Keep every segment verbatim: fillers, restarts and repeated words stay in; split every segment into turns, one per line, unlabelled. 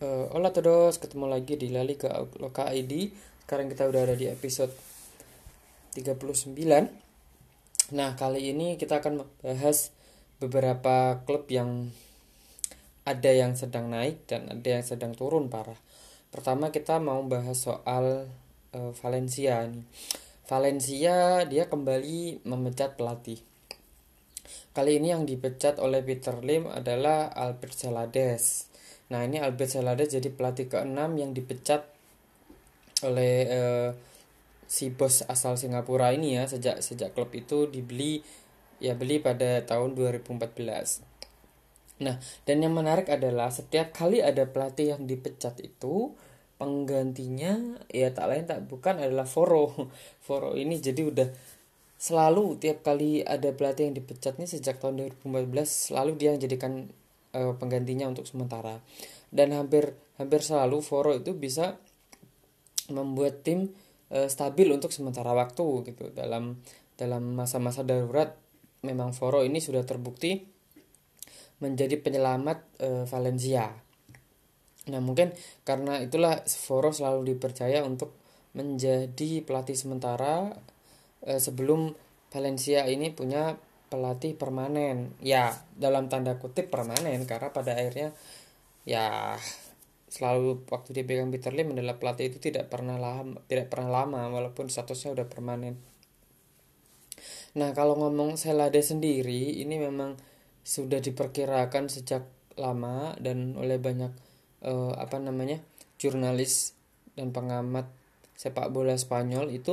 Uh, hola todos, ketemu lagi di La Liga Loka I D. Sekarang kita udah ada di episode tiga puluh sembilan. Nah, kali ini kita akan membahas beberapa klub yang ada yang sedang naik dan ada yang sedang turun parah. Pertama kita mau bahas soal uh, Valencia nih. Valencia dia kembali memecat pelatih. Kali ini yang dipecat oleh Peter Lim adalah Albert Celades. Nah, ini Albert Celades jadi pelatih keenam yang dipecat oleh uh, si bos asal Singapura ini ya, sejak sejak klub itu dibeli ya beli pada tahun dua ribu empat belas. Nah, dan yang menarik adalah setiap kali ada pelatih yang dipecat itu penggantinya ya tak lain tak bukan adalah Foro. Foro ini jadi udah selalu tiap kali ada pelatih yang dipecat nih sejak tahun dua ribu empat belas selalu dia yang jadikan uh, penggantinya untuk sementara. Dan hampir hampir selalu Foro itu bisa membuat tim uh, stabil untuk sementara waktu gitu. Dalam dalam masa-masa darurat memang Foro ini sudah terbukti menjadi penyelamat uh, Valencia. Nah, mungkin karena itulah Foro selalu dipercaya untuk menjadi pelatih sementara uh, sebelum Valencia ini punya pelatih permanen. Ya, dalam tanda kutip permanen karena pada akhirnya ya selalu waktu dia pegang Peter Lim adalah pelatih itu tidak pernah lama, tidak pernah lama walaupun statusnya udah permanen. Nah, kalau ngomong Celades sendiri ini memang sudah diperkirakan sejak lama dan oleh banyak uh, apa namanya jurnalis dan pengamat sepak bola Spanyol itu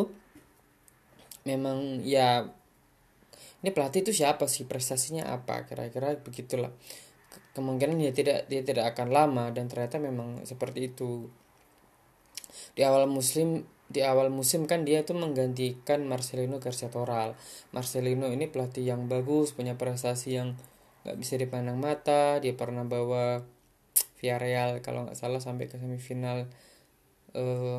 memang ya ini pelatih itu siapa sih, prestasinya apa, kira-kira begitulah. Kemungkinan dia tidak dia tidak akan lama dan ternyata memang seperti itu. Di awal musim di awal musim kan dia itu menggantikan Marcelino Garcia Toral. Marcelino ini pelatih yang bagus, punya prestasi yang nggak bisa dipandang mata. Dia pernah bawa Villarreal kalau nggak salah sampai ke semifinal uh,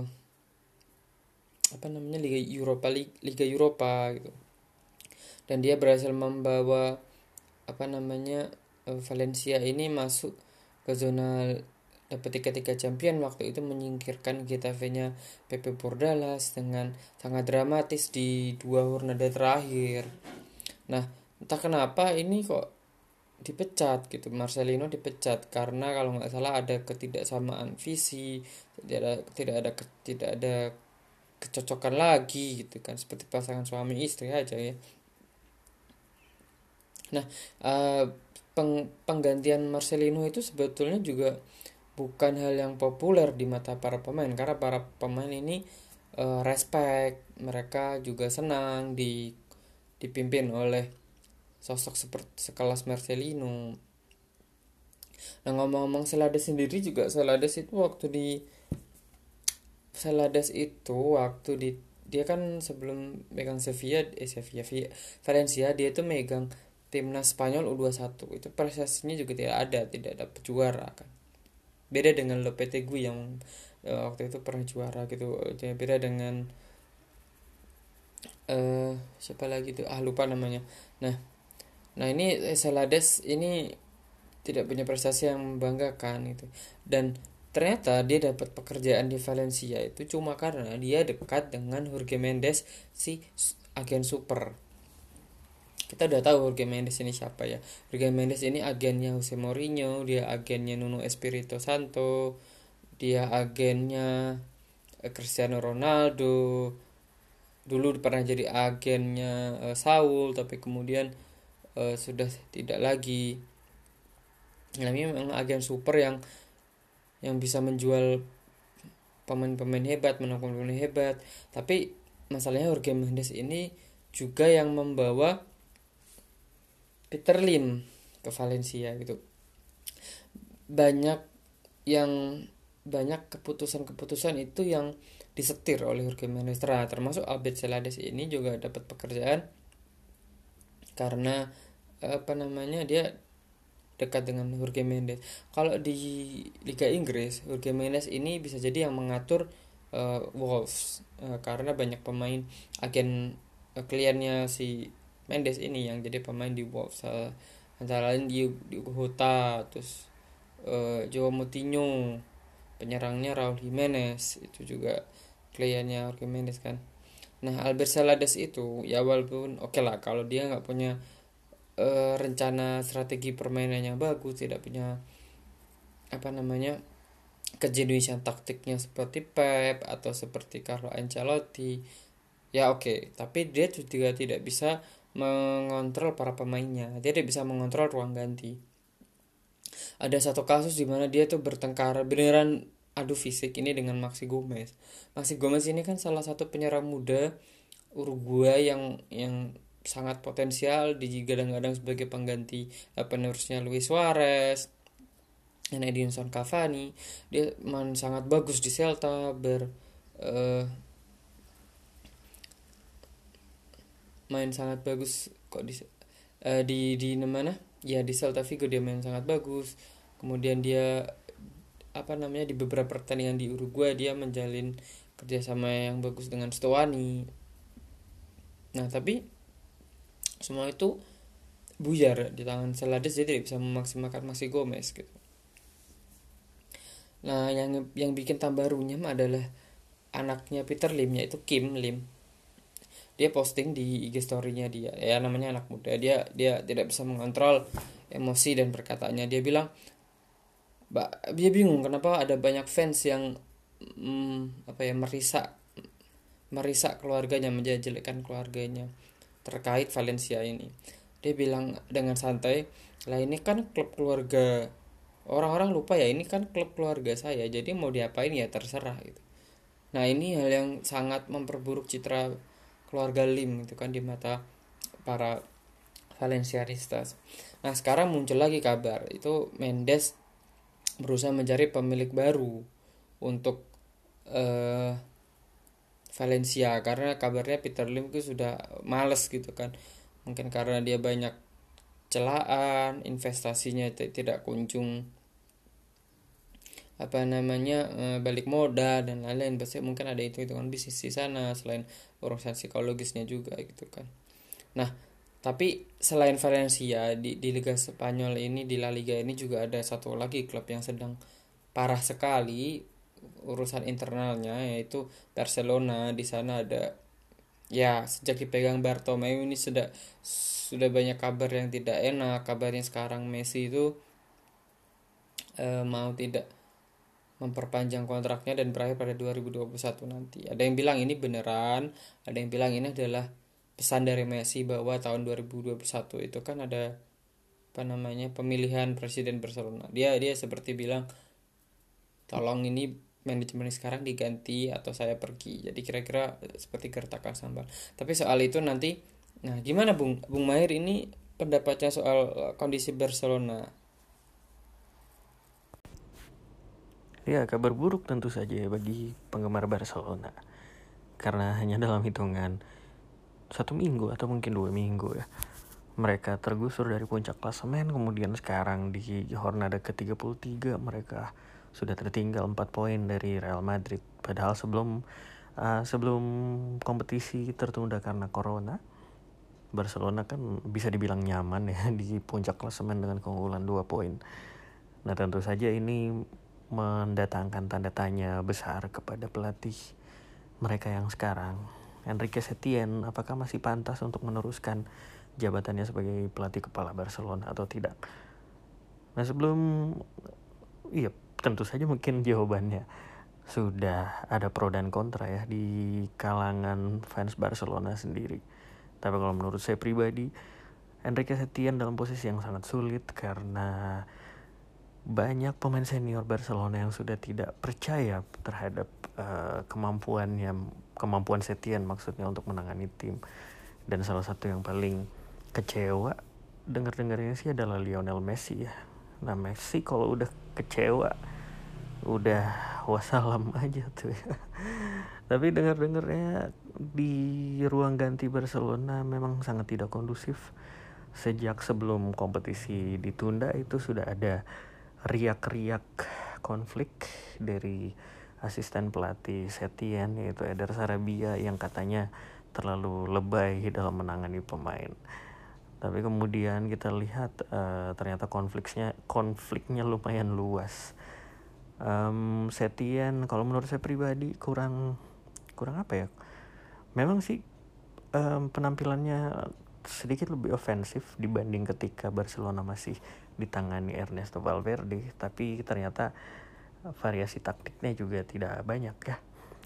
apa namanya Liga Europa Liga Europa gitu. Dan dia berhasil membawa apa namanya Valencia ini masuk ke zona dapat tiga tiga champion waktu itu, menyingkirkan Getafe-nya Pepe Bordalas dengan sangat dramatis di dua jornada terakhir. Nah, entah kenapa ini kok dipecat gitu, Marcelino dipecat karena kalau nggak salah ada ketidaksamaan visi, tidak ada tidak ada tidak ada kecocokan lagi gitu kan, seperti pasangan suami istri aja ya. Nah, uh, peng, penggantian Marcelino itu sebetulnya juga bukan hal yang populer di mata para pemain karena para pemain ini uh, respect, mereka juga senang di dipimpin oleh sosok seperti sekelas Marcelino. Nah, ngomong-ngomong Celades sendiri juga, Celades itu waktu di Celades itu waktu di dia kan sebelum megang Sevilla eh Sevilla Valencia dia itu megang timnas Spanyol U dua puluh satu. Itu prestasinya juga tidak ada, tidak dapat juara kan. Beda dengan Lopetegui yang uh, waktu itu pernah juara gitu. Jadi beda dengan uh, siapa lagi tuh? Ah, lupa namanya. Nah, nah ini Celades ini tidak punya prestasi yang membanggakan itu. Dan ternyata dia dapat pekerjaan di Valencia itu cuma karena dia dekat dengan Jorge Mendes, si agen super. Kita udah tahu Jorge Mendes ini siapa ya. Jorge Mendes ini agennya Jose Mourinho, dia agennya Nuno Espirito Santo, dia agennya Cristiano Ronaldo. Dulu pernah jadi agennya uh, Saul, tapi kemudian uh, sudah tidak lagi. Nah, ini memang agen super yang yang bisa menjual pemain-pemain hebat, menangkap pemain hebat. Tapi masalahnya Jorge Mendes ini juga yang membawa Peter Lim ke Valencia gitu. Banyak yang banyak keputusan-keputusan itu yang disetir oleh Jorge Mendes, termasuk Albert Celades ini juga dapat pekerjaan karena apa namanya dia dekat dengan Jorge Mendes. Kalau di Liga Inggris, Jorge Mendes ini bisa jadi yang mengatur uh, Wolves uh, karena banyak pemain agen uh, kliennya si Mendes ini yang jadi pemain di Wolves, uh, antara lain di Diogo Jota, terus uh, Joao Moutinho, penyerangnya Raul Jimenez, itu juga kliennya Raul Jimenez kan. Nah, Albert Celades itu ya walaupun oke okay lah kalau dia nggak punya uh, rencana strategi permainannya bagus, tidak punya apa namanya kejenuisan taktiknya seperti Pep atau seperti Carlo Ancelotti, ya oke okay. Tapi dia juga tidak bisa mengontrol para pemainnya, dia tidak bisa mengontrol ruang ganti. Ada satu kasus di mana dia tuh bertengkar beneran adu fisik ini dengan Maxi Gomez. Maxi Gomez ini kan salah satu penyerang muda Uruguay yang yang sangat potensial, digadang-gadang sebagai pengganti eh, penerusnya Luis Suarez dan Edinson Cavani. Dia main sangat bagus di Celta, ber eh, main sangat bagus kok di eh, di di mana ya di Celta Vigo dia main sangat bagus. Kemudian dia apa namanya di beberapa pertandingan di Uruguay dia menjalin kerjasama yang bagus dengan Stuani. Nah tapi semua itu buyar di tangan Celades, dia tidak bisa memaksimalkan Maxi Gomez gitu. Nah yang yang bikin tambah runyam adalah anaknya Peter Lim, yaitu Kim Lim. Dia posting di I G story-nya dia, ya namanya anak muda, dia dia tidak bisa mengontrol emosi dan perkataannya. Dia bilang, Mbak, dia bingung kenapa ada banyak fans yang hmm, apa ya merisak merisak keluarganya, menjelekkan keluarganya terkait Valencia ini. Dia bilang dengan santai, lah ini kan klub keluarga, orang-orang lupa ya ini kan klub keluarga saya, jadi mau diapain ya terserah gitu. Nah ini hal yang sangat memperburuk citra keluarga Lim itu kan di mata para Valencianistas. Nah sekarang muncul lagi kabar itu Mendes berusaha mencari pemilik baru untuk uh, Valencia, karena kabarnya Peter Lim itu sudah males gitu kan, mungkin karena dia banyak celaan, investasinya t- tidak kunjung apa namanya e, balik modal dan lain-lain. Pasti mungkin ada itu hitungan bisnis di sana selain urusan psikologisnya juga gitu kan. Nah tapi selain Valencia di, di Liga Spanyol ini, di La Liga ini juga ada satu lagi klub yang sedang parah sekali urusan internalnya, yaitu Barcelona. Di sana ada ya sejak dipegang Bartomeu ini sudah sudah banyak kabar yang tidak enak. Kabarnya sekarang Messi itu e, mau tidak memperpanjang kontraknya dan berakhir pada dua ribu dua puluh satu nanti. Ada yang bilang ini beneran, ada yang bilang ini adalah pesan dari Messi bahwa tahun dua ribu dua puluh satu itu kan ada apa namanya pemilihan presiden Barcelona. Dia dia seperti bilang tolong ini manajemen sekarang diganti atau saya pergi. Jadi kira-kira seperti gertakan sambal. Tapi soal itu nanti, nah gimana Bung Bung Mahir ini pendapatnya soal kondisi Barcelona?
Ya, kabar buruk tentu saja bagi penggemar Barcelona. Karena hanya dalam hitungan satu minggu atau mungkin dua minggu ya, mereka tergusur dari puncak klasemen. Kemudian sekarang di Jornada ke tiga puluh tiga mereka sudah tertinggal empat poin dari Real Madrid. Padahal sebelum uh, sebelum kompetisi tertunda karena corona, Barcelona kan bisa dibilang nyaman ya di puncak klasemen dengan keunggulan dua poin. Nah tentu saja ini mendatangkan tanda tanya besar kepada pelatih mereka yang sekarang, Enrique Setien. Apakah masih pantas untuk meneruskan jabatannya sebagai pelatih kepala Barcelona atau tidak? Nah sebelum, iya tentu saja mungkin jawabannya sudah ada pro dan kontra ya di kalangan fans Barcelona sendiri. Tapi kalau menurut saya pribadi, Enrique Setien dalam posisi yang sangat sulit karena banyak pemain senior Barcelona yang sudah tidak percaya terhadap uh, kemampuannya, kemampuan Setien maksudnya untuk menangani tim. Dan salah satu yang paling kecewa dengar-dengarnya sih adalah Lionel Messi ya. Nah Messi kalau udah kecewa udah wassalam aja tuh ya. Tapi dengar-dengarnya di ruang ganti Barcelona memang sangat tidak kondusif. Sejak sebelum kompetisi ditunda itu sudah ada riak-riak konflik dari asisten pelatih Setien yaitu Eder Sarabia yang katanya terlalu lebay dalam menangani pemain. Tapi kemudian kita lihat uh, ternyata konfliknya konfliknya lumayan luas. Um, Setien kalau menurut saya pribadi kurang kurang apa ya? Memang sih um, penampilannya sedikit lebih ofensif dibanding ketika Barcelona masih ditangani Ernesto Valverde, tapi ternyata variasi taktiknya juga tidak banyak ya.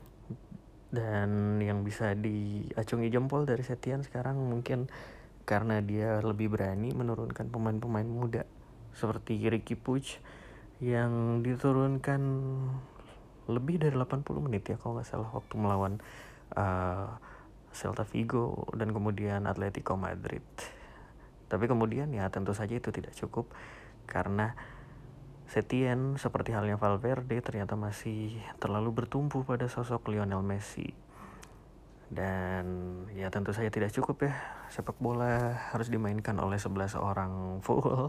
Dan yang bisa diacungi jempol dari Setien sekarang mungkin karena dia lebih berani menurunkan pemain-pemain muda seperti Riqui Puig yang diturunkan lebih dari delapan puluh menit ya kalau nggak salah waktu melawan uh, Celta Vigo dan kemudian Atletico Madrid. Tapi kemudian ya tentu saja itu tidak cukup karena Setien seperti halnya Valverde ternyata masih terlalu bertumpu pada sosok Lionel Messi. Dan ya tentu saja tidak cukup ya, sepak bola harus dimainkan oleh sebelas orang full.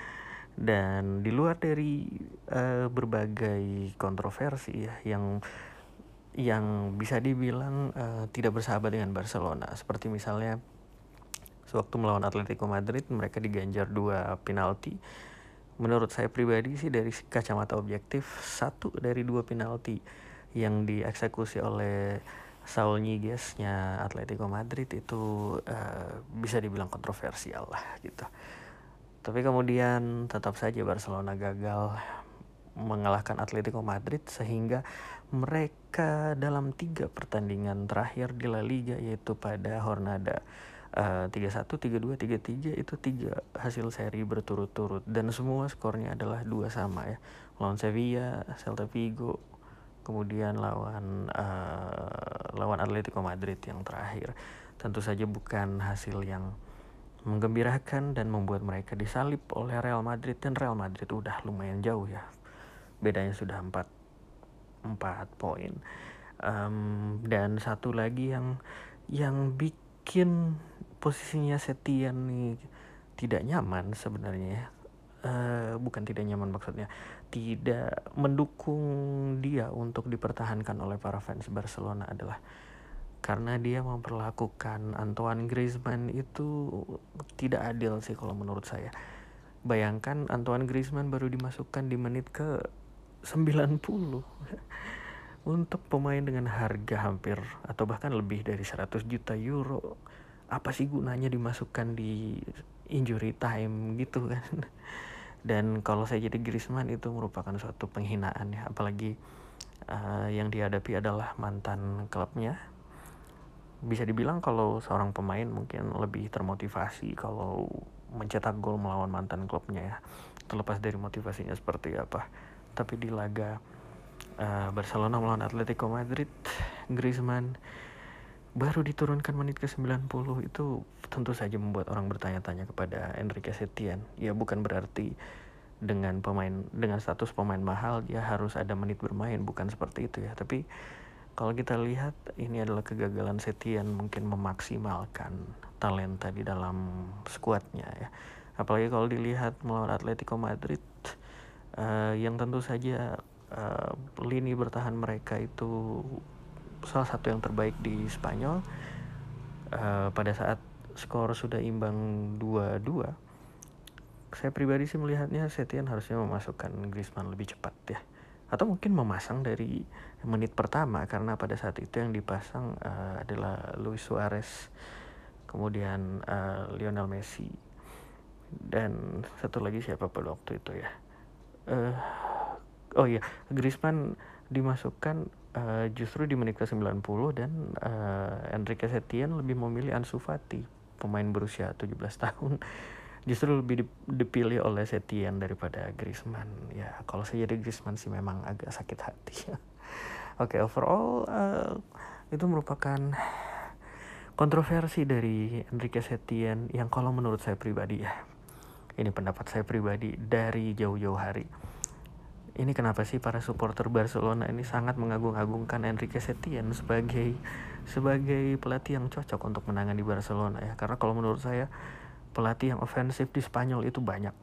Dan di luar dari uh, berbagai kontroversi ya, yang yang bisa dibilang uh, tidak bersahabat dengan Barcelona, seperti misalnya sewaktu melawan Atletico Madrid mereka diganjar dua penalti. Menurut saya pribadi sih dari kacamata objektif, satu dari dua penalti yang dieksekusi oleh Saul Niguez-nya Atletico Madrid itu uh, bisa dibilang kontroversial lah gitu. Tapi kemudian tetap saja Barcelona gagal mengalahkan Atletico Madrid sehingga mereka dalam tiga pertandingan terakhir di La Liga, yaitu pada Jornada uh, tiga satu, tiga dua, tiga tiga itu tiga hasil seri berturut-turut dan semua skornya adalah dua sama ya. Lawan Sevilla, Celta Vigo, kemudian lawan uh, lawan Atletico Madrid yang terakhir. Tentu saja bukan hasil yang menggembirakan dan membuat mereka disalip oleh Real Madrid, dan Real Madrid udah lumayan jauh ya, bedanya sudah empat poin. Um, dan satu lagi yang yang bikin posisinya Setien nih tidak nyaman sebenarnya, uh, bukan tidak nyaman maksudnya, tidak mendukung dia untuk dipertahankan oleh para fans Barcelona adalah karena dia memperlakukan Antoine Griezmann itu tidak adil sih kalau menurut saya. Bayangkan Antoine Griezmann baru dimasukkan di menit ke sembilan puluh untuk pemain dengan harga hampir atau bahkan lebih dari seratus juta euro. Apa sih gunanya dimasukkan di injury time gitu kan? Dan kalau saya jadi Griezmann itu merupakan suatu penghinaan ya, apalagi uh, yang dihadapi adalah mantan klubnya. Bisa dibilang kalau seorang pemain mungkin lebih termotivasi kalau mencetak gol melawan mantan klubnya ya, terlepas dari motivasinya seperti apa. Tapi di laga uh, Barcelona melawan Atletico Madrid, Griezmann baru diturunkan menit ke sembilan puluh, itu tentu saja membuat orang bertanya-tanya kepada Enrique Setien. Ya bukan berarti dengan pemain dengan status pemain mahal dia harus ada menit bermain, bukan seperti itu ya. Tapi kalau kita lihat ini adalah kegagalan Setien mungkin memaksimalkan talenta di dalam skuadnya ya. Apalagi kalau dilihat melawan Atletico Madrid uh, yang tentu saja uh, lini bertahan mereka itu salah satu yang terbaik di Spanyol. Uh, pada saat skor sudah imbang dua dua, saya pribadi sih melihatnya Setien harusnya memasukkan Griezmann lebih cepat ya. Atau mungkin memasang dari menit pertama, karena pada saat itu yang dipasang uh, adalah Luis Suarez, kemudian uh, Lionel Messi, dan satu lagi siapa pada waktu itu ya. Uh, oh iya, Griezmann dimasukkan uh, justru di menit ke sembilan puluh, dan uh, Enrique Setien lebih memilih Ansu Fati, pemain berusia tujuh belas tahun. Justru lebih dipilih oleh Setien daripada Griezmann. Ya, kalau saya jadi Griezmann sih memang agak sakit hati. Oke, okay, overall uh, itu merupakan kontroversi dari Enrique Setien yang kalau menurut saya pribadi ya, ini pendapat saya pribadi dari jauh-jauh hari. Ini kenapa sih para supporter Barcelona ini sangat mengagung-agungkan Enrique Setien sebagai sebagai pelatih yang cocok untuk menangani Barcelona ya? Karena kalau menurut saya pelatih yang ofensif di Spanyol itu banyak.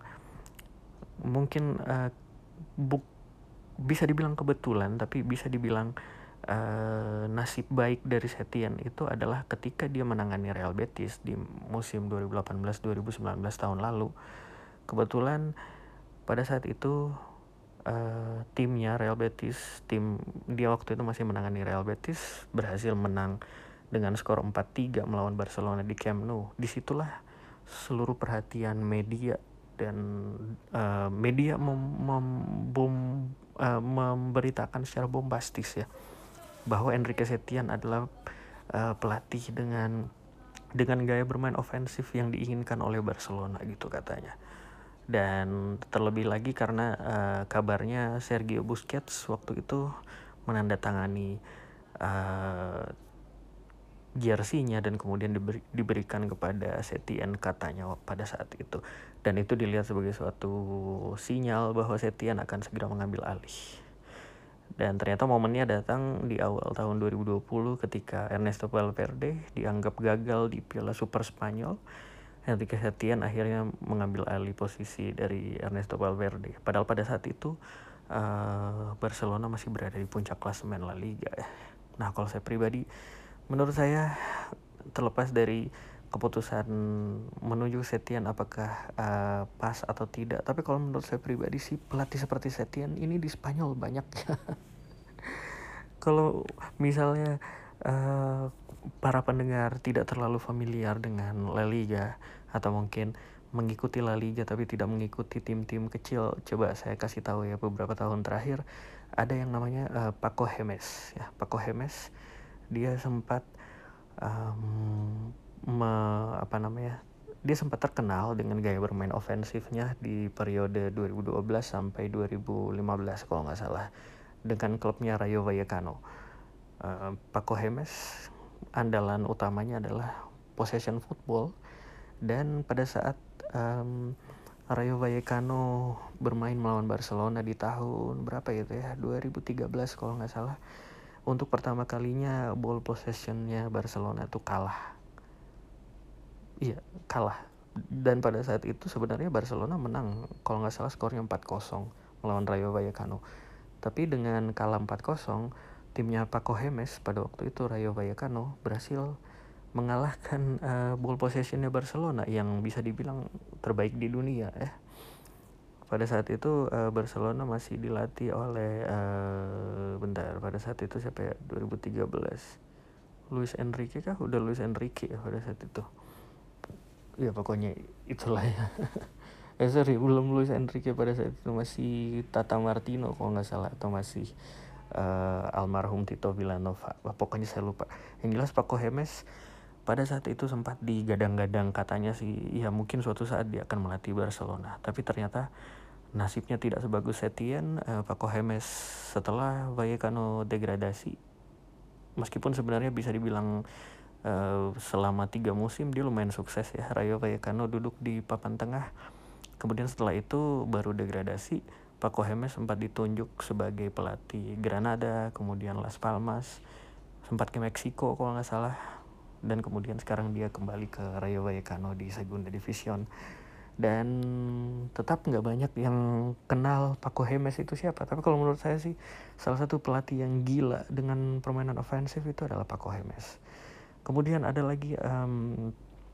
Mungkin uh, buk, bisa dibilang kebetulan, tapi bisa dibilang uh, nasib baik dari Setien itu adalah ketika dia menangani Real Betis di musim dua ribu delapan belas dua ribu sembilan belas tahun lalu. Kebetulan pada saat itu uh, timnya Real Betis, tim dia waktu itu masih menangani Real Betis, berhasil menang dengan skor empat tiga melawan Barcelona di Camp Nou. Disitulah seluruh perhatian media dan uh, media mem- mem- bom- uh, memberitakan secara bombastis ya bahwa Enrique Setien adalah uh, pelatih dengan dengan gaya bermain ofensif yang diinginkan oleh Barcelona gitu katanya. Dan terlebih lagi karena uh, kabarnya Sergio Busquets waktu itu menandatangani uh, jersey-nya dan kemudian diberi, diberikan kepada Setien katanya pada saat itu. Dan itu dilihat sebagai suatu sinyal bahwa Setien akan segera mengambil alih. Dan ternyata momennya datang di awal tahun dua ribu dua puluh ketika Ernesto Valverde dianggap gagal di Piala Super Spanyol. Enrique Setien akhirnya mengambil alih posisi dari Ernesto Valverde. Padahal pada saat itu uh, Barcelona masih berada di puncak klasemen La Liga. Nah, kalau saya pribadi, menurut saya terlepas dari keputusan menuju Setien apakah uh, pas atau tidak, tapi kalau menurut saya pribadi sih pelatih seperti Setien ini di Spanyol banyak. Kalau misalnya uh, para pendengar tidak terlalu familiar dengan La Liga atau mungkin mengikuti La Liga tapi tidak mengikuti tim-tim kecil, coba saya kasih tahu ya, beberapa tahun terakhir ada yang namanya uh, Paco Gemes ya. Paco Gemes dia sempat um, me, apa namanya dia sempat terkenal dengan gaya bermain ofensifnya di periode dua ribu dua belas sampai dua ribu lima belas kalau nggak salah dengan klubnya Rayo Vallecano. Uh, Paco Gemes andalan utamanya adalah possession football, dan pada saat um, Rayo Vallecano bermain melawan Barcelona di tahun berapa itu ya, dua ribu tiga belas kalau nggak salah, untuk pertama kalinya ball possessionnya Barcelona itu kalah. Iya, kalah. Dan pada saat itu sebenarnya Barcelona menang kalau nggak salah skornya empat nol melawan Rayo Vallecano. Tapi dengan kalah empat nol, timnya Paco Gemes pada waktu itu Rayo Vallecano berhasil mengalahkan uh, ball possessionnya Barcelona yang bisa dibilang terbaik di dunia ya. Pada saat itu uh, Barcelona masih dilatih oleh uh, bentar pada saat itu siapa ya, dua ribu tiga belas Luis Enrique kah? Udah Luis Enrique ya pada saat itu. Ya pokoknya itulah ya. Eh sorry, belum Luis Enrique pada saat itu, masih Tata Martino kalau nggak salah, atau masih uh, almarhum Tito Villanova. Wah, pokoknya saya lupa. Yang jelas Paco Gemes pada saat itu sempat digadang-gadang katanya sih, ya mungkin suatu saat dia akan melatih Barcelona. Tapi ternyata nasibnya tidak sebagus Setien. uh, Paco Gemes setelah Vallecano degradasi, meskipun sebenarnya bisa dibilang uh, selama tiga musim dia lumayan sukses ya. Rayo Vallecano duduk di papan tengah. Kemudian setelah itu baru degradasi, Paco Gemes sempat ditunjuk sebagai pelatih Granada, kemudian Las Palmas, sempat ke Meksiko kalau nggak salah, dan kemudian sekarang dia kembali ke Rayo Vallecano di Segunda División. Dan tetap nggak banyak yang kenal Paco Gemes itu siapa, tapi kalau menurut saya sih salah satu pelatih yang gila dengan permainan ofensif itu adalah Paco Gemes. Kemudian ada lagi um,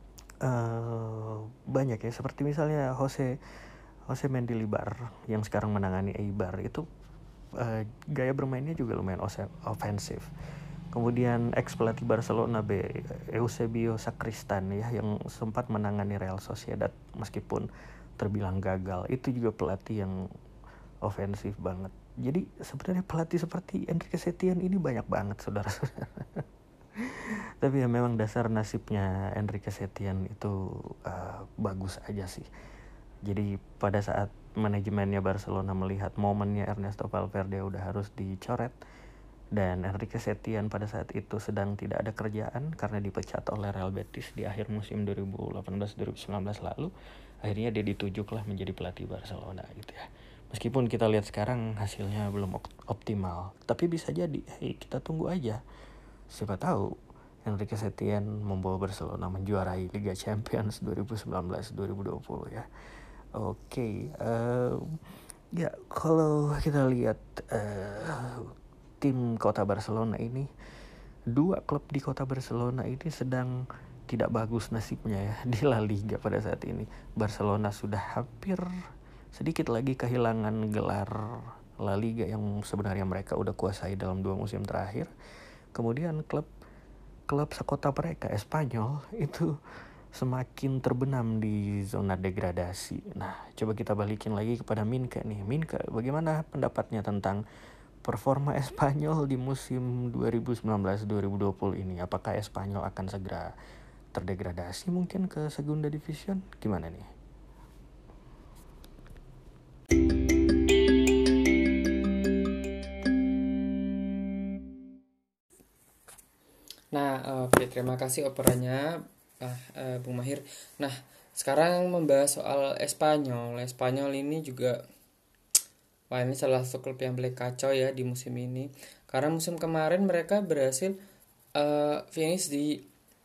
Uh, banyak ya, seperti misalnya Jose Jose Mendilibar yang sekarang menangani Eibar itu uh, gaya bermainnya juga lumayan ofensif. Kemudian ex pelatih Barcelona B, Eusebio Sacristan ya, yang sempat menangani Real Sociedad meskipun terbilang gagal, itu juga pelatih yang ofensif banget. Jadi sebenarnya pelatih seperti Enrique Setien ini banyak banget saudara-saudara. Tapi ya memang dasar nasibnya Enrique Setien itu uh, bagus aja sih. Jadi pada saat manajemennya Barcelona melihat momennya Ernesto Valverde udah harus dicoret, dan Enrique Setien pada saat itu sedang tidak ada kerjaan karena dipecat oleh Real Betis di akhir musim dua ribu delapan belas dua ribu sembilan belas lalu, akhirnya dia ditujuklah menjadi pelatih Barcelona gitu ya. Meskipun kita lihat sekarang hasilnya belum optimal, tapi bisa jadi, hey, kita tunggu aja. Siapa tahu Enrique Setien membawa Barcelona menjuarai Liga Champions dua ribu sembilan belas dua ribu dua puluh ya. Oke, okay, uh, ya kalau kita lihat uh, tim kota Barcelona ini, dua klub di kota Barcelona ini sedang tidak bagus nasibnya ya di La Liga pada saat ini. Barcelona sudah hampir sedikit lagi kehilangan gelar La Liga yang sebenarnya mereka udah kuasai dalam dua musim terakhir. Kemudian klub klub sekota mereka, Espanyol, itu semakin terbenam di zona degradasi. Nah, coba kita balikin lagi kepada Minka nih. Minka, bagaimana pendapatnya tentang performa Espanyol di musim dua ribu sembilan belas dua ribu dua puluh ini? Apakah Espanyol akan segera terdegradasi mungkin ke Segunda Division? Gimana nih?
Nah, oke, terima kasih operannya, ah, eh, Bung Mahir. Nah, sekarang membahas soal Espanyol. Espanyol ini juga, wah ini salah satu klub yang paling kacau ya di musim ini. Karena musim kemarin mereka berhasil eh, finish di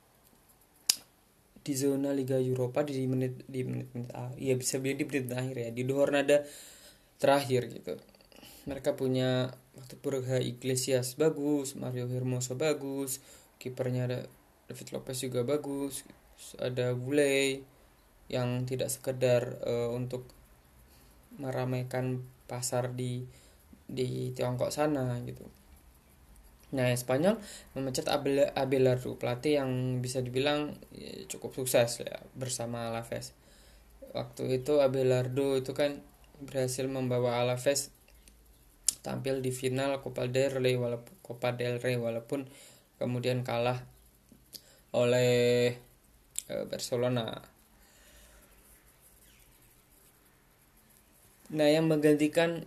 di zona Liga Eropa di menit di menit-menit ah, ya bisa bilang di menit akhir ya, di jornada terakhir gitu. Mereka punya waktu Borja Iglesias bagus, Mario Hermoso bagus, kipernya ada David Lopez juga bagus, ada Bule yang tidak sekedar uh, untuk meramaikan pasar di di Tiongkok sana gitu. Nah, Spanyol memecat Abel, Abelardo, pelatih yang bisa dibilang ya, cukup sukses ya bersama Alaves. Waktu itu Abelardo itu kan berhasil membawa Alaves tampil di final Copa del Rey walaupun Copa del Rey walaupun kemudian kalah oleh uh, Barcelona. Nah, yang menggantikan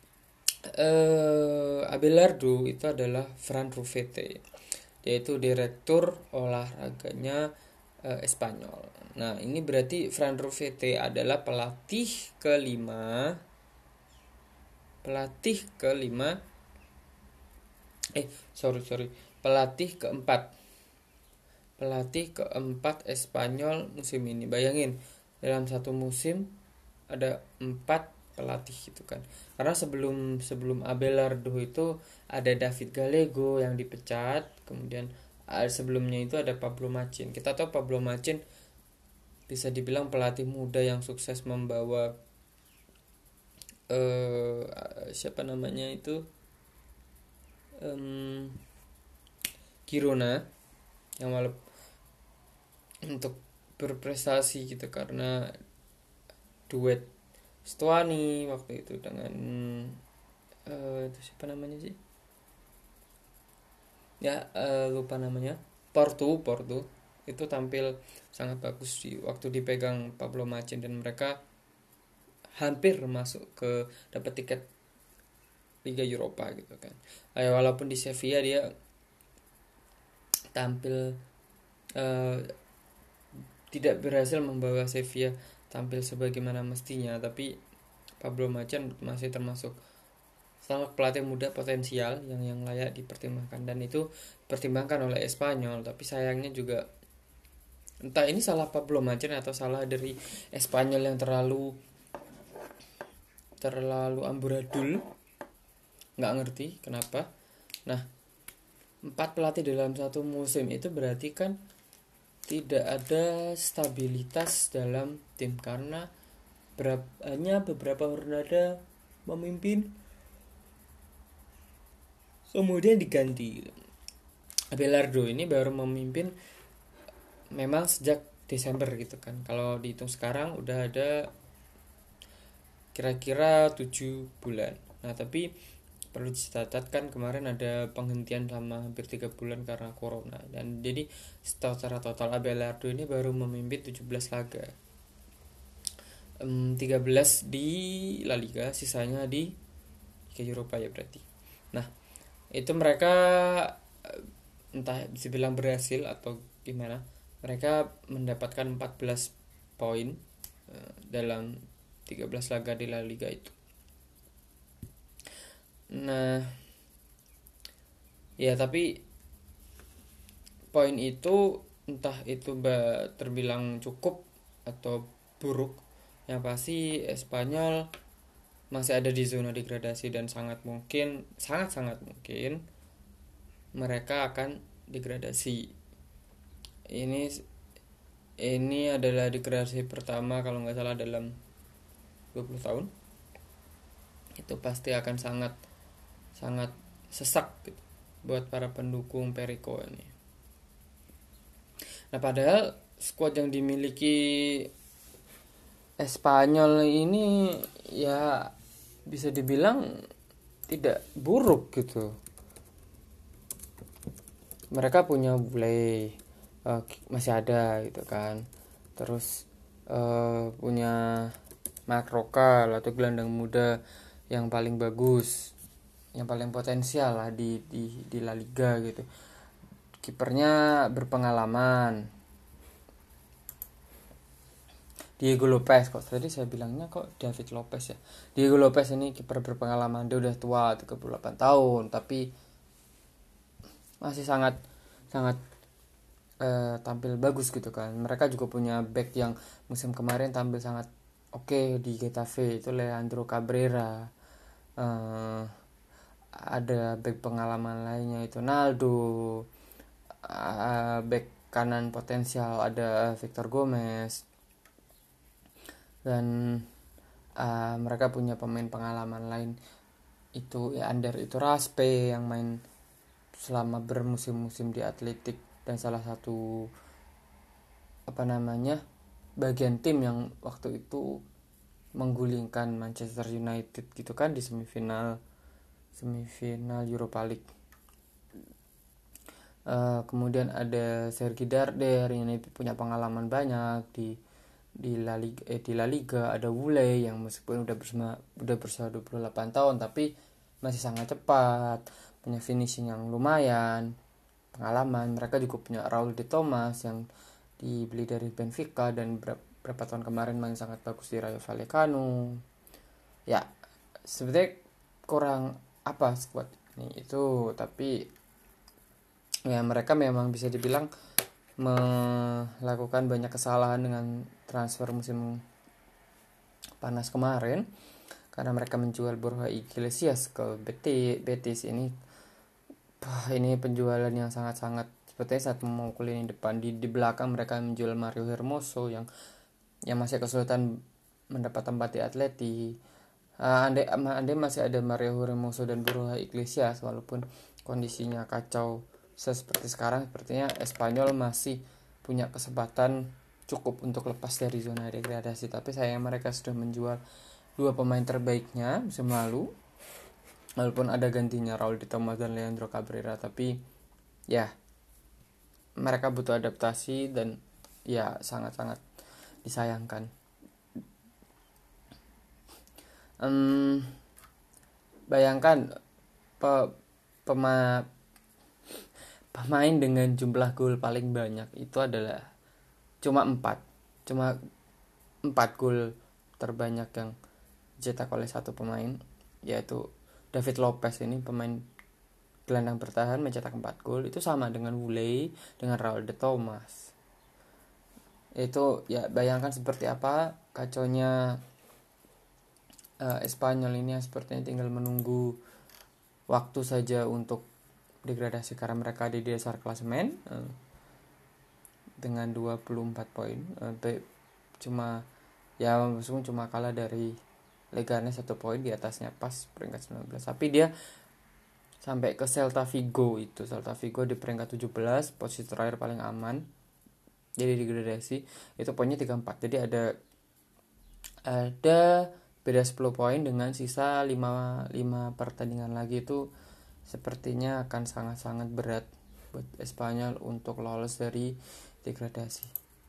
uh, Abelardo itu adalah Fran Rufete, yaitu direktur olahraganya uh, Espanyol. Nah, ini berarti Fran Rufete adalah pelatih kelima pelatih kelima eh sorry sorry pelatih keempat pelatih keempat Espanyol musim ini. Bayangin, dalam satu musim ada empat pelatih gitu kan. Karena sebelum sebelum Abelardo itu ada David Gallego yang dipecat, kemudian sebelumnya itu ada Pablo Machin. Kita tahu Pablo Machin bisa dibilang pelatih muda yang sukses membawa uh, siapa namanya itu um, Girona yang walaupun untuk berprestasi gitu karena duet Stuani waktu itu dengan uh, itu siapa namanya sih ya uh, lupa namanya Porto Porto itu tampil sangat bagus di waktu dipegang Pablo Machin dan mereka hampir masuk ke dapat tiket Liga Eropa gitu kan. Eh, walaupun di Sevilla dia tampil uh, tidak berhasil membawa Sevilla tampil sebagaimana mestinya, tapi Pablo Machin masih termasuk sangat pelatih muda potensial yang yang layak dipertimbangkan dan itu dipertimbangkan oleh Espanyol. Tapi sayangnya juga entah ini salah Pablo Machin atau salah dari Espanyol yang terlalu terlalu amburadul, nggak ngerti kenapa. Nah, empat pelatih dalam satu musim itu berarti kan tidak ada stabilitas dalam tim karena berapa, hanya beberapa jornada memimpin kemudian diganti. Abelardo ini baru memimpin memang sejak Desember gitu kan. Kalau dihitung sekarang udah ada kira-kira tujuh bulan. Nah, tapi perlu dicatatkan kemarin ada penghentian selama hampir tiga bulan karena corona. Dan jadi secara total Abelardo ini baru memimpin tujuh belas laga. Um, tiga belas di La Liga, sisanya di Liga Eropa ya berarti. Nah, itu mereka entah bisa bilang berhasil atau gimana. Mereka mendapatkan empat belas poin uh, dalam tiga belas laga di La Liga itu. Nah, ya tapi poin itu entah itu terbilang cukup atau buruk, yang pasti Espanyol masih ada di zona degradasi dan sangat mungkin, sangat-sangat mungkin mereka akan degradasi. Ini ini adalah degradasi pertama kalau nggak salah dalam dua puluh tahun. itu pasti akan sangat sangat sesak gitu buat para pendukung Perico ini. Nah, padahal skuad yang dimiliki Espanyol ini ya bisa dibilang tidak buruk gitu. Mereka punya Bule, uh, masih ada gitu kan. Terus uh, punya Marc Roca atau gelandang muda yang paling bagus, yang paling potensial lah di di di La Liga gitu. Kipernya berpengalaman. Diego Lopez, kok tadi saya bilangnya kok David Lopez ya. Diego Lopez ini kiper berpengalaman, dia udah tua tiga puluh delapan tahun tapi masih sangat sangat eh, tampil bagus gitu kan. Mereka juga punya back yang musim kemarin tampil sangat oke okay di Getafe, itu Leandro Cabrera. Eh, ada back pengalaman lainnya itu Naldo. Uh, back kanan potensial ada Victor Gomez. Dan uh, mereka punya pemain pengalaman lain itu ya Ander itu Raspe yang main selama bermusim-musim di Atletik dan salah satu apa namanya bagian tim yang waktu itu menggulingkan Manchester United gitu kan di semifinal semifinal Europa League. Uh, kemudian ada Sergi Darder yang punya pengalaman banyak di di La Liga, eh, di La Liga. Ada Wule yang meskipun udah bersama udah berusia dua puluh delapan tahun tapi masih sangat cepat, punya finishing yang lumayan, pengalaman. Mereka juga punya Raul de Thomas yang dibeli dari Benfica dan beberapa tahun kemarin main sangat bagus di Rayo Vallecano. Ya, sebenarnya kurang apa skuad ini itu, tapi ya mereka memang bisa dibilang melakukan banyak kesalahan dengan transfer musim panas kemarin karena mereka menjual Borja Iglesias ke Betis. Ini ini penjualan yang sangat-sangat sepertinya saat memukul lini depan. Di di belakang mereka menjual Mario Hermoso yang yang masih kesulitan mendapat tempat di Atleti. Uh, andai, andai masih ada Mario Hermoso dan Borja Iglesias walaupun kondisinya kacau seperti sekarang, sepertinya Espanyol masih punya kesempatan cukup untuk lepas dari zona degradasi. Tapi sayang mereka sudah menjual dua pemain terbaiknya musim lalu, walaupun ada gantinya Raul de Thomas dan Leandro Cabrera, tapi ya mereka butuh adaptasi dan ya sangat-sangat disayangkan. Um, bayangkan pe, pema, pemain dengan jumlah gol paling banyak itu adalah cuma empat, cuma empat gol terbanyak yang dicetak oleh satu pemain, yaitu David Lopez. Ini pemain gelandang bertahan mencetak empat gol, itu sama dengan Wule, dengan Raul de Thomas. Itu ya bayangkan seperti apa kacaunya uh, Espanyol ini, yang sepertinya tinggal menunggu waktu saja untuk degradasi karena mereka di dasar klasemen uh, dengan dua puluh empat poin. Uh, cuma ya meskipun cuma kalah dari Leganes satu poin di atasnya pas peringkat sembilan belas. Tapi dia sampai ke Celta Vigo itu. Celta Vigo di peringkat tujuh belas, posisi terakhir paling aman. Jadi degradasi itu poinnya tiga puluh empat. Jadi ada ada beda sepuluh poin dengan sisa lima, lima pertandingan lagi. Itu sepertinya akan sangat-sangat berat buat Espanyol untuk lolos dari degradasi.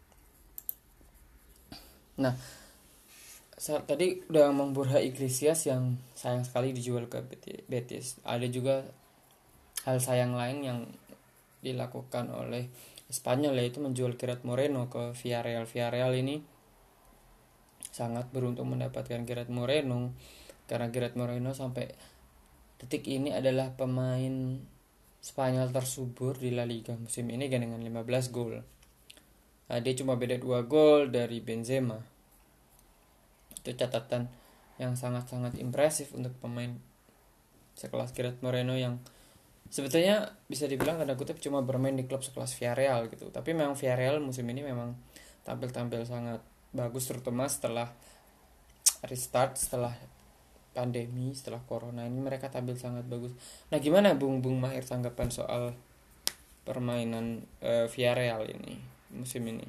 Nah, saat tadi udah ngomong Borja Iglesias yang sayang sekali dijual ke Betis. Ada juga hal sayang lain yang dilakukan oleh Espanyol, yaitu menjual Gerard Moreno ke Villarreal. Villarreal ini sangat beruntung mendapatkan Gerard Moreno karena Gerard Moreno sampai detik ini adalah pemain Spanyol tersubur di La Liga musim ini dengan lima belas gol. Nah, dia cuma beda dua gol dari Benzema. Itu catatan yang sangat-sangat impresif untuk pemain sekelas Gerard Moreno yang sebetulnya bisa dibilang tanda kutip cuma bermain di klub sekelas Villarreal gitu. Tapi memang Villarreal musim ini memang tampil-tampil sangat bagus, terutama setelah restart, setelah pandemi, setelah corona ini mereka tampil sangat bagus. Nah, gimana Bung Bung Mahir tanggapan soal permainan uh, Villarreal ini musim ini?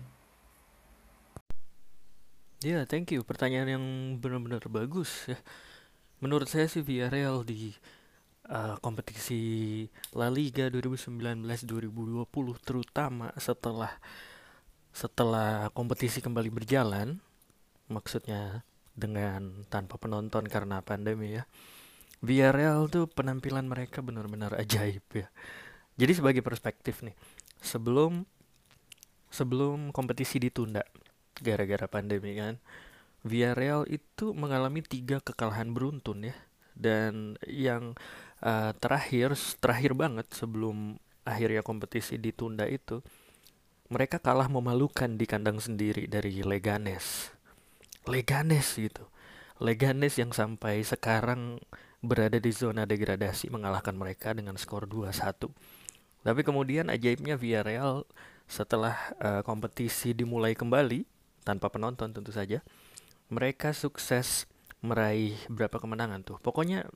Ya, yeah, thank you. Pertanyaan yang benar-benar bagus ya. Menurut saya sih Villarreal di uh, kompetisi La Liga dua ribu sembilan belas dua ribu dua puluh, terutama setelah setelah kompetisi kembali berjalan, maksudnya dengan tanpa penonton karena pandemi ya. Villarreal tuh penampilan mereka benar-benar ajaib ya. Jadi sebagai perspektif nih, sebelum sebelum kompetisi ditunda gara-gara pandemi kan, Villarreal itu mengalami tiga kekalahan beruntun ya. Dan yang uh, terakhir terakhir banget sebelum akhirnya kompetisi ditunda itu, mereka kalah memalukan di kandang sendiri dari Leganes. Leganes gitu. Leganes yang sampai sekarang berada di zona degradasi mengalahkan mereka dengan skor dua satu. Tapi kemudian ajaibnya Villarreal setelah uh, kompetisi dimulai kembali tanpa penonton tentu saja, mereka sukses meraih berapa kemenangan tuh. Pokoknya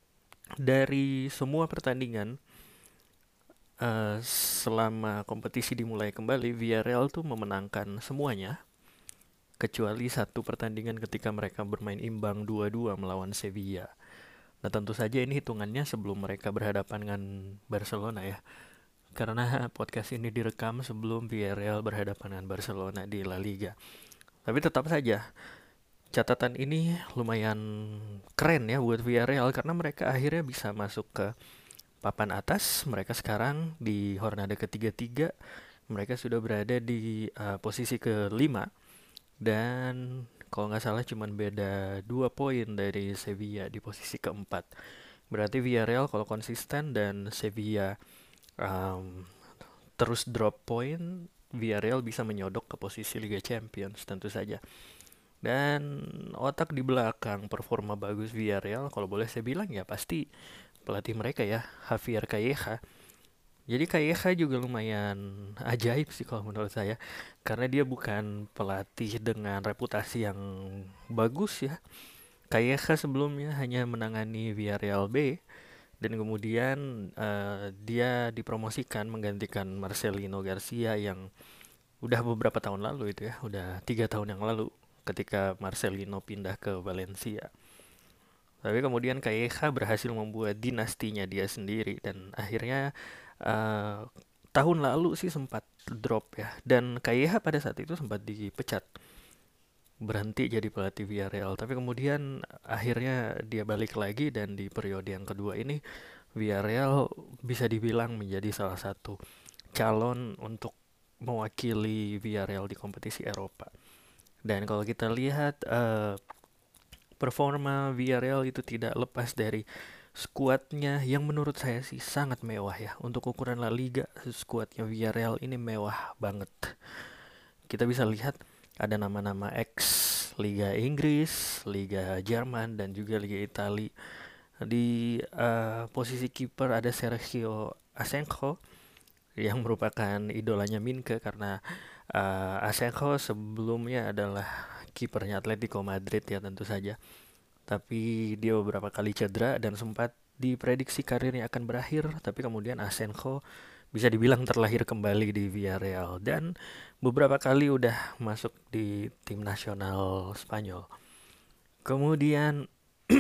dari semua pertandingan uh, selama kompetisi dimulai kembali, Villarreal tuh memenangkan semuanya kecuali satu pertandingan ketika mereka bermain imbang dua dua melawan Sevilla. Nah, tentu saja ini hitungannya sebelum mereka berhadapan dengan Barcelona ya. Karena podcast ini direkam sebelum Villarreal berhadapan dengan Barcelona di La Liga. Tapi tetap saja catatan ini lumayan keren ya buat Villarreal karena mereka akhirnya bisa masuk ke papan atas. Mereka sekarang di Jornada ketiga-tiga mereka sudah berada di uh, posisi kelima dan kalau nggak salah cuma beda dua poin dari Sevilla di posisi keempat. Berarti Villarreal kalau konsisten dan Sevilla um, terus drop point, Villarreal bisa menyodok ke posisi Liga Champions tentu saja. Dan otak di belakang performa bagus Villarreal, kalau boleh saya bilang ya pasti pelatih mereka ya, Javier Calleja. Jadi Calleja juga lumayan ajaib sih kalau menurut saya, karena dia bukan pelatih dengan reputasi yang bagus ya. Calleja sebelumnya hanya menangani Villarreal B, dan kemudian uh, dia dipromosikan menggantikan Marcelino Garcia yang udah beberapa tahun lalu itu ya, udah tiga tahun yang lalu ketika Marcelino pindah ke Valencia. Tapi kemudian Calleja berhasil membuat dinastinya dia sendiri dan akhirnya uh, tahun lalu sih sempat drop ya. Dan Calleja pada saat itu sempat dipecat, berhenti jadi pelatih Villarreal. Tapi kemudian akhirnya dia balik lagi dan di periode yang kedua ini Villarreal bisa dibilang menjadi salah satu calon untuk mewakili Villarreal di kompetisi Eropa. Dan kalau kita lihat uh, performa Villarreal itu tidak lepas dari skuadnya yang menurut saya sih sangat mewah ya. Untuk ukuran La Liga, skuadnya Villarreal ini mewah banget. Kita bisa lihat ada nama-nama ex Liga Inggris, Liga Jerman, dan juga Liga Italia. Di uh, posisi kiper ada Sergio Asenjo yang merupakan idolanya Minke karena uh, Asenjo sebelumnya adalah kipernya Atletico Madrid ya tentu saja. Tapi dia beberapa kali cedera dan sempat diprediksi karirnya akan berakhir, tapi kemudian Asenjo bisa dibilang terlahir kembali di Villarreal dan beberapa kali udah masuk di tim nasional Spanyol. Kemudian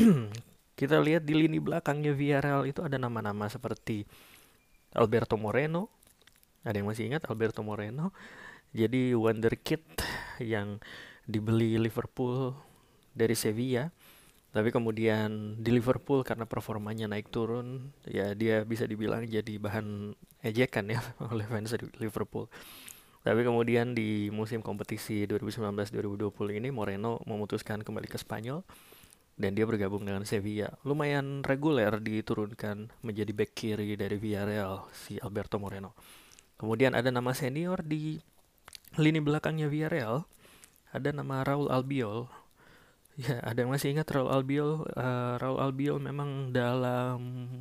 kita lihat di lini belakangnya Villarreal itu ada nama-nama seperti Alberto Moreno. Ada yang masih ingat Alberto Moreno? Jadi wonderkid yang dibeli Liverpool dari Sevilla. Tapi kemudian di Liverpool karena performanya naik turun, ya dia bisa dibilang jadi bahan ejekan ya oleh fans Liverpool. Tapi kemudian di musim kompetisi dua ribu sembilan belas dua ribu dua puluh ini Moreno memutuskan kembali ke Spanyol dan dia bergabung dengan Sevilla. Lumayan reguler diturunkan menjadi bek kiri dari Villarreal si Alberto Moreno. Kemudian ada nama senior di lini belakangnya Villarreal, ada nama Raul Albiol. Ya, ada yang masih ingat Raul Albiol? Uh, Raul Albiol memang dalam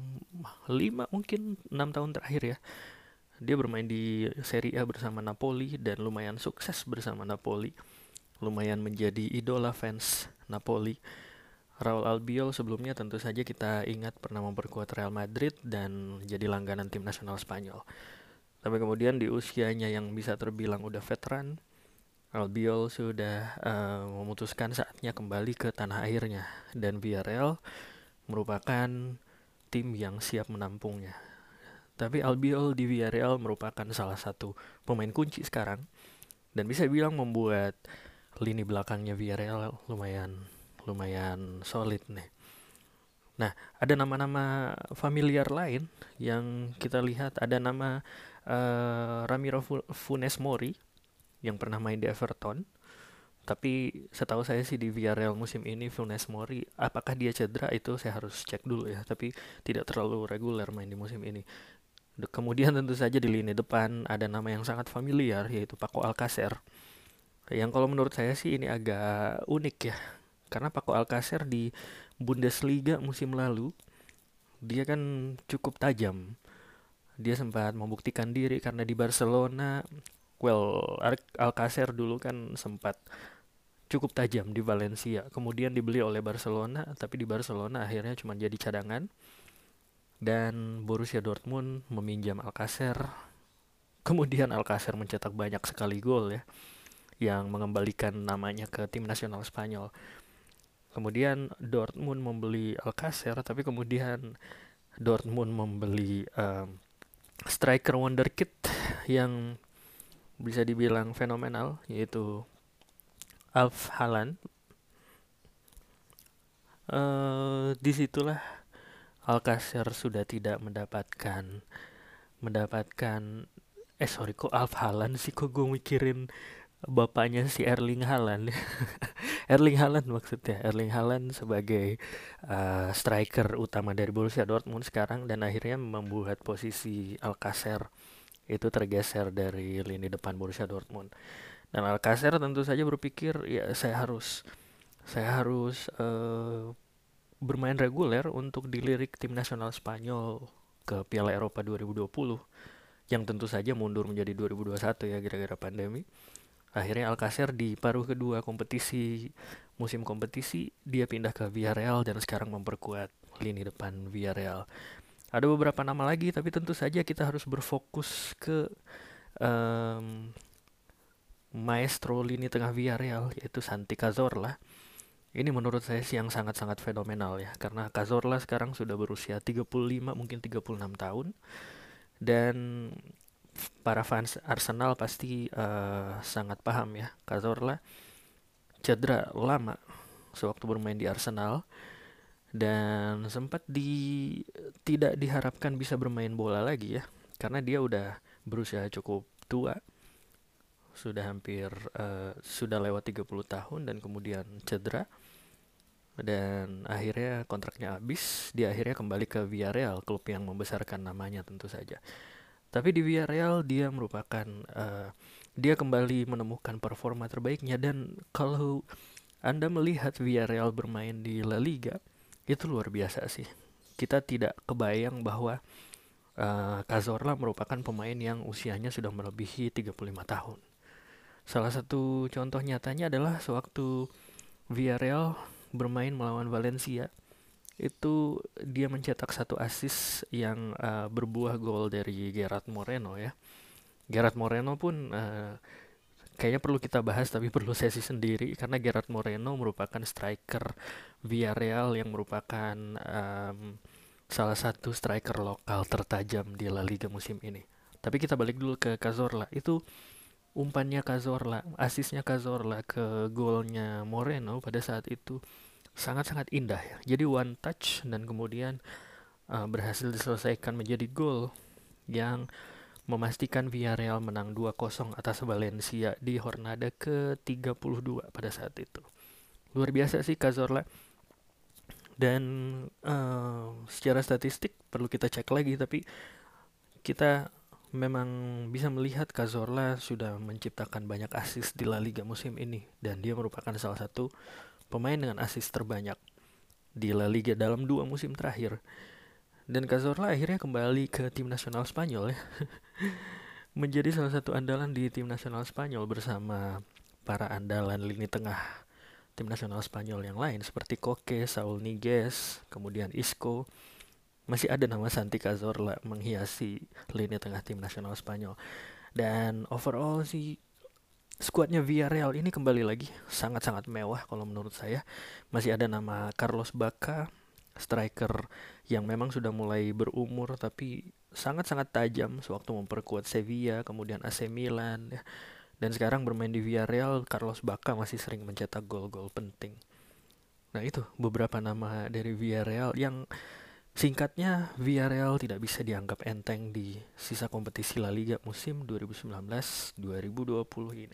lima mungkin enam tahun terakhir ya, dia bermain di Serie A bersama Napoli dan lumayan sukses bersama Napoli. Lumayan menjadi idola fans Napoli. Raul Albiol sebelumnya tentu saja kita ingat pernah memperkuat Real Madrid dan jadi langganan tim nasional Spanyol. Tapi kemudian di usianya yang bisa terbilang udah veteran, Albiol sudah uh, memutuskan saatnya kembali ke tanah airnya, dan Villarreal merupakan tim yang siap menampungnya. Tapi Albiol di Villarreal merupakan salah satu pemain kunci sekarang, dan bisa bilang membuat lini belakangnya Villarreal lumayan lumayan solid nih. Nah, ada nama-nama familiar lain yang kita lihat. Ada nama uh, Ramiro Funes Mori yang pernah main di Everton. Tapi setahu saya sih di Villarreal musim ini Funes Mori, apakah dia cedera itu saya harus cek dulu ya. Tapi tidak terlalu reguler main di musim ini. Kemudian tentu saja di lini depan ada nama yang sangat familiar, yaitu Paco Alcacer. Yang kalau menurut saya sih ini agak unik ya. Karena Paco Alcacer di Bundesliga musim lalu, dia kan cukup tajam. Dia sempat membuktikan diri karena di Barcelona, well, Alcacer dulu kan sempat cukup tajam di Valencia. Kemudian dibeli oleh Barcelona, tapi di Barcelona akhirnya cuma jadi cadangan. Dan Borussia Dortmund meminjam Alcacer. Kemudian Alcacer mencetak banyak sekali gol ya, yang mengembalikan namanya ke tim nasional Spanyol. Kemudian Dortmund membeli Alcacer, tapi kemudian Dortmund membeli um, striker wonderkid yang bisa dibilang fenomenal, yaitu Alf Haaland. Uh, disitulah Alcacer sudah tidak mendapatkan mendapatkan eh sorry kok Alf Haaland sih, kok gue mikirin bapaknya si Erling Haaland. Erling Haaland maksudnya, Erling Haaland sebagai uh, striker utama dari Borussia Dortmund sekarang, dan akhirnya membuat posisi Alcacer itu tergeser dari lini depan Borussia Dortmund. Dan Alcacer tentu saja berpikir, ya saya harus saya harus uh, bermain reguler untuk dilirik tim nasional Spanyol ke Piala Eropa dua ribu dua puluh, yang tentu saja mundur menjadi dua ribu dua puluh satu ya gara-gara pandemi. Akhirnya Alcacer di paruh kedua kompetisi, musim kompetisi, dia pindah ke Villarreal dan sekarang memperkuat lini depan Villarreal. Ada beberapa nama lagi, tapi tentu saja kita harus berfokus ke um, maestro lini tengah Villarreal, yaitu Santi Cazorla. Ini menurut saya sih yang sangat-sangat fenomenal ya, karena Cazorla sekarang sudah berusia tiga puluh lima, mungkin tiga puluh enam tahun. Dan para fans Arsenal pasti uh, sangat paham ya, Cazorla cedera lama sewaktu bermain di Arsenal dan sempat di tidak diharapkan bisa bermain bola lagi ya, karena dia udah berusia cukup tua, sudah hampir uh, sudah lewat tiga puluh tahun, dan kemudian cedera dan akhirnya kontraknya habis. Dia akhirnya kembali ke Villarreal, klub yang membesarkan namanya tentu saja. Tapi di Villarreal dia merupakan uh, dia kembali menemukan performa terbaiknya, dan kalau Anda melihat Villarreal bermain di La Liga, itu luar biasa sih. Kita tidak kebayang bahwa uh, Cazorla merupakan pemain yang usianya sudah melebihi tiga puluh lima tahun. Salah satu contoh nyatanya adalah sewaktu Villarreal bermain melawan Valencia, itu dia mencetak satu assist yang uh, berbuah gol dari Gerard Moreno ya. Gerard Moreno pun uh, kayaknya perlu kita bahas, tapi perlu sesi sendiri, karena Gerard Moreno merupakan striker Villarreal yang merupakan um, salah satu striker lokal tertajam di La Liga musim ini. Tapi kita balik dulu ke Cazorla. Itu umpannya Cazorla, asisnya Cazorla ke golnya Moreno pada saat itu sangat-sangat indah ya. Jadi one touch dan kemudian uh, berhasil diselesaikan menjadi gol yang memastikan Villarreal menang dua kosong atas Valencia di Jornada ke tiga puluh dua pada saat itu. Luar biasa sih Cazorla. Dan uh, secara statistik perlu kita cek lagi, tapi kita memang bisa melihat Cazorla sudah menciptakan banyak assist di La Liga musim ini, dan dia merupakan salah satu pemain dengan assist terbanyak di La Liga dalam dua musim terakhir. Dan Cazorla akhirnya kembali ke tim nasional Spanyol ya. Menjadi salah satu andalan di tim nasional Spanyol bersama para andalan lini tengah tim nasional Spanyol yang lain seperti Koke, Saul Niguez, kemudian Isco, masih ada nama Santi Cazorla menghiasi lini tengah tim nasional Spanyol. Dan overall sih skuadnya Villarreal ini kembali lagi sangat-sangat mewah kalau menurut saya. Masih ada nama Carlos Bacca, striker yang memang sudah mulai berumur tapi sangat-sangat tajam sewaktu memperkuat Sevilla, kemudian A C Milan ya. Dan sekarang bermain di Villarreal, Carlos Bacca masih sering mencetak gol-gol penting. Nah itu beberapa nama dari Villarreal yang singkatnya Villarreal tidak bisa dianggap enteng di sisa kompetisi La Liga musim dua ribu sembilan belas dua ribu dua puluh ini.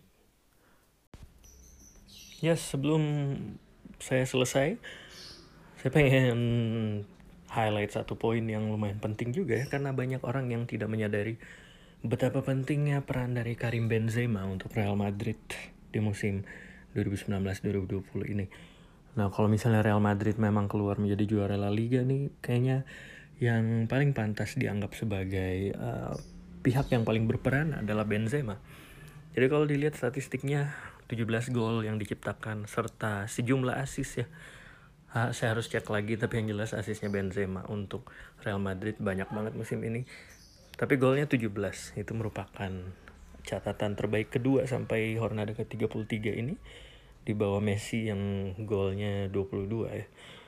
Ya sebelum saya selesai, saya pengen highlight satu poin yang lumayan penting juga ya, karena banyak orang yang tidak menyadari betapa pentingnya peran dari Karim Benzema untuk Real Madrid di musim dua ribu sembilan belas dua ribu dua puluh ini. Nah kalau misalnya Real Madrid memang keluar menjadi juara La Liga nih, kayaknya yang paling pantas dianggap sebagai uh, pihak yang paling berperan adalah Benzema. Jadi kalau dilihat statistiknya, tujuh belas gol yang diciptakan serta sejumlah assist ya. Ha, saya harus cek lagi, tapi yang jelas asisnya Benzema untuk Real Madrid banyak banget musim ini. Tapi golnya tujuh belas, itu merupakan catatan terbaik kedua sampai Hornada ke tiga puluh tiga ini, di bawah Messi yang golnya dua puluh dua ya.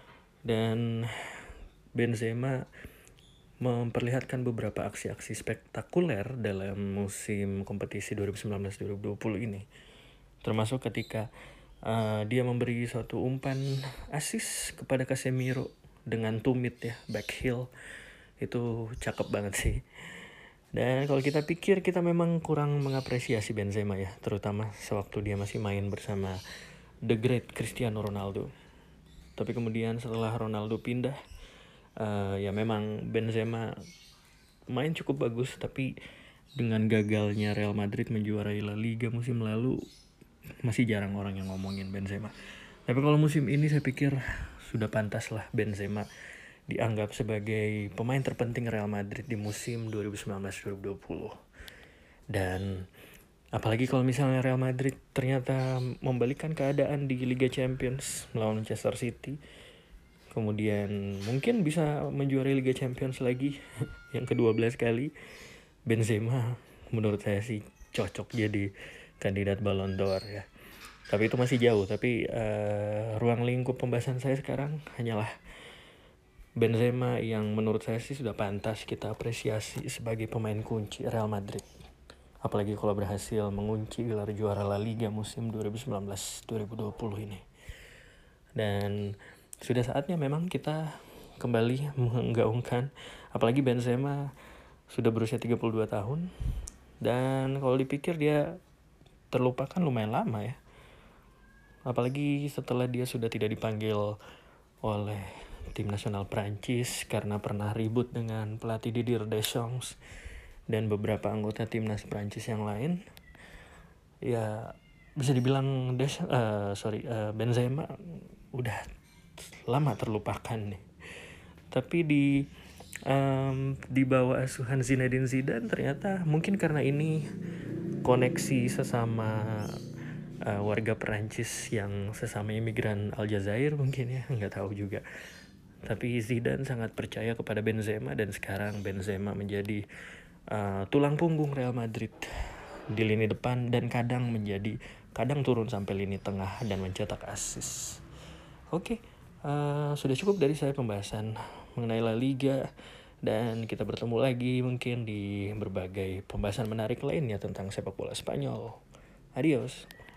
Dan Benzema memperlihatkan beberapa aksi-aksi spektakuler dalam musim kompetisi dua ribu sembilan belas dua ribu dua puluh ini. Termasuk ketika uh, dia memberi suatu umpan assist kepada Casemiro dengan tumit ya, back heel. Itu cakep banget sih. Dan kalau kita pikir, kita memang kurang mengapresiasi Benzema ya, terutama sewaktu dia masih main bersama The Great Cristiano Ronaldo. Tapi kemudian setelah Ronaldo pindah, uh, ya memang Benzema main cukup bagus, tapi dengan gagalnya Real Madrid menjuarai La Liga musim lalu, masih jarang orang yang ngomongin Benzema. Tapi kalau musim ini saya pikir sudah pantas lah Benzema dianggap sebagai pemain terpenting Real Madrid di musim dua ribu sembilan belas dua ribu dua puluh. Dan apalagi kalau misalnya Real Madrid ternyata membalikkan keadaan di Liga Champions melawan Manchester City, kemudian mungkin bisa menjuarai Liga Champions lagi yang kedua belas kali, Benzema menurut saya sih cocok jadi kandidat Ballon d'Or ya. Tapi itu masih jauh, tapi uh, ruang lingkup pembahasan saya sekarang hanyalah Benzema yang menurut saya sih sudah pantas kita apresiasi sebagai pemain kunci Real Madrid. Apalagi kalau berhasil mengunci gelar juara La Liga musim dua ribu sembilan belas dua ribu dua puluh ini. Dan sudah saatnya memang kita kembali menggaungkan, apalagi Benzema sudah berusia tiga puluh dua tahun. Dan kalau dipikir dia terlupakan lumayan lama ya. Apalagi setelah dia sudah tidak dipanggil oleh tim nasional Prancis karena pernah ribut dengan pelatih Didier Deschamps dan beberapa anggota timnas Prancis yang lain. Ya bisa dibilang Des uh, sorry uh, Benzema udah lama terlupakan nih. Tapi di um, di bawah asuhan Zinedine Zidane ternyata mungkin karena ini koneksi sesama uh, warga Perancis yang sesama imigran Aljazair mungkin ya, nggak tahu juga. Tapi Zidane sangat percaya kepada Benzema dan sekarang Benzema menjadi uh, tulang punggung Real Madrid di lini depan dan kadang menjadi kadang turun sampai lini tengah dan mencetak assist. Oke, uh, sudah cukup dari saya pembahasan mengenai La Liga, dan kita bertemu lagi mungkin di berbagai pembahasan menarik lainnya tentang sepak bola Spanyol. Adios.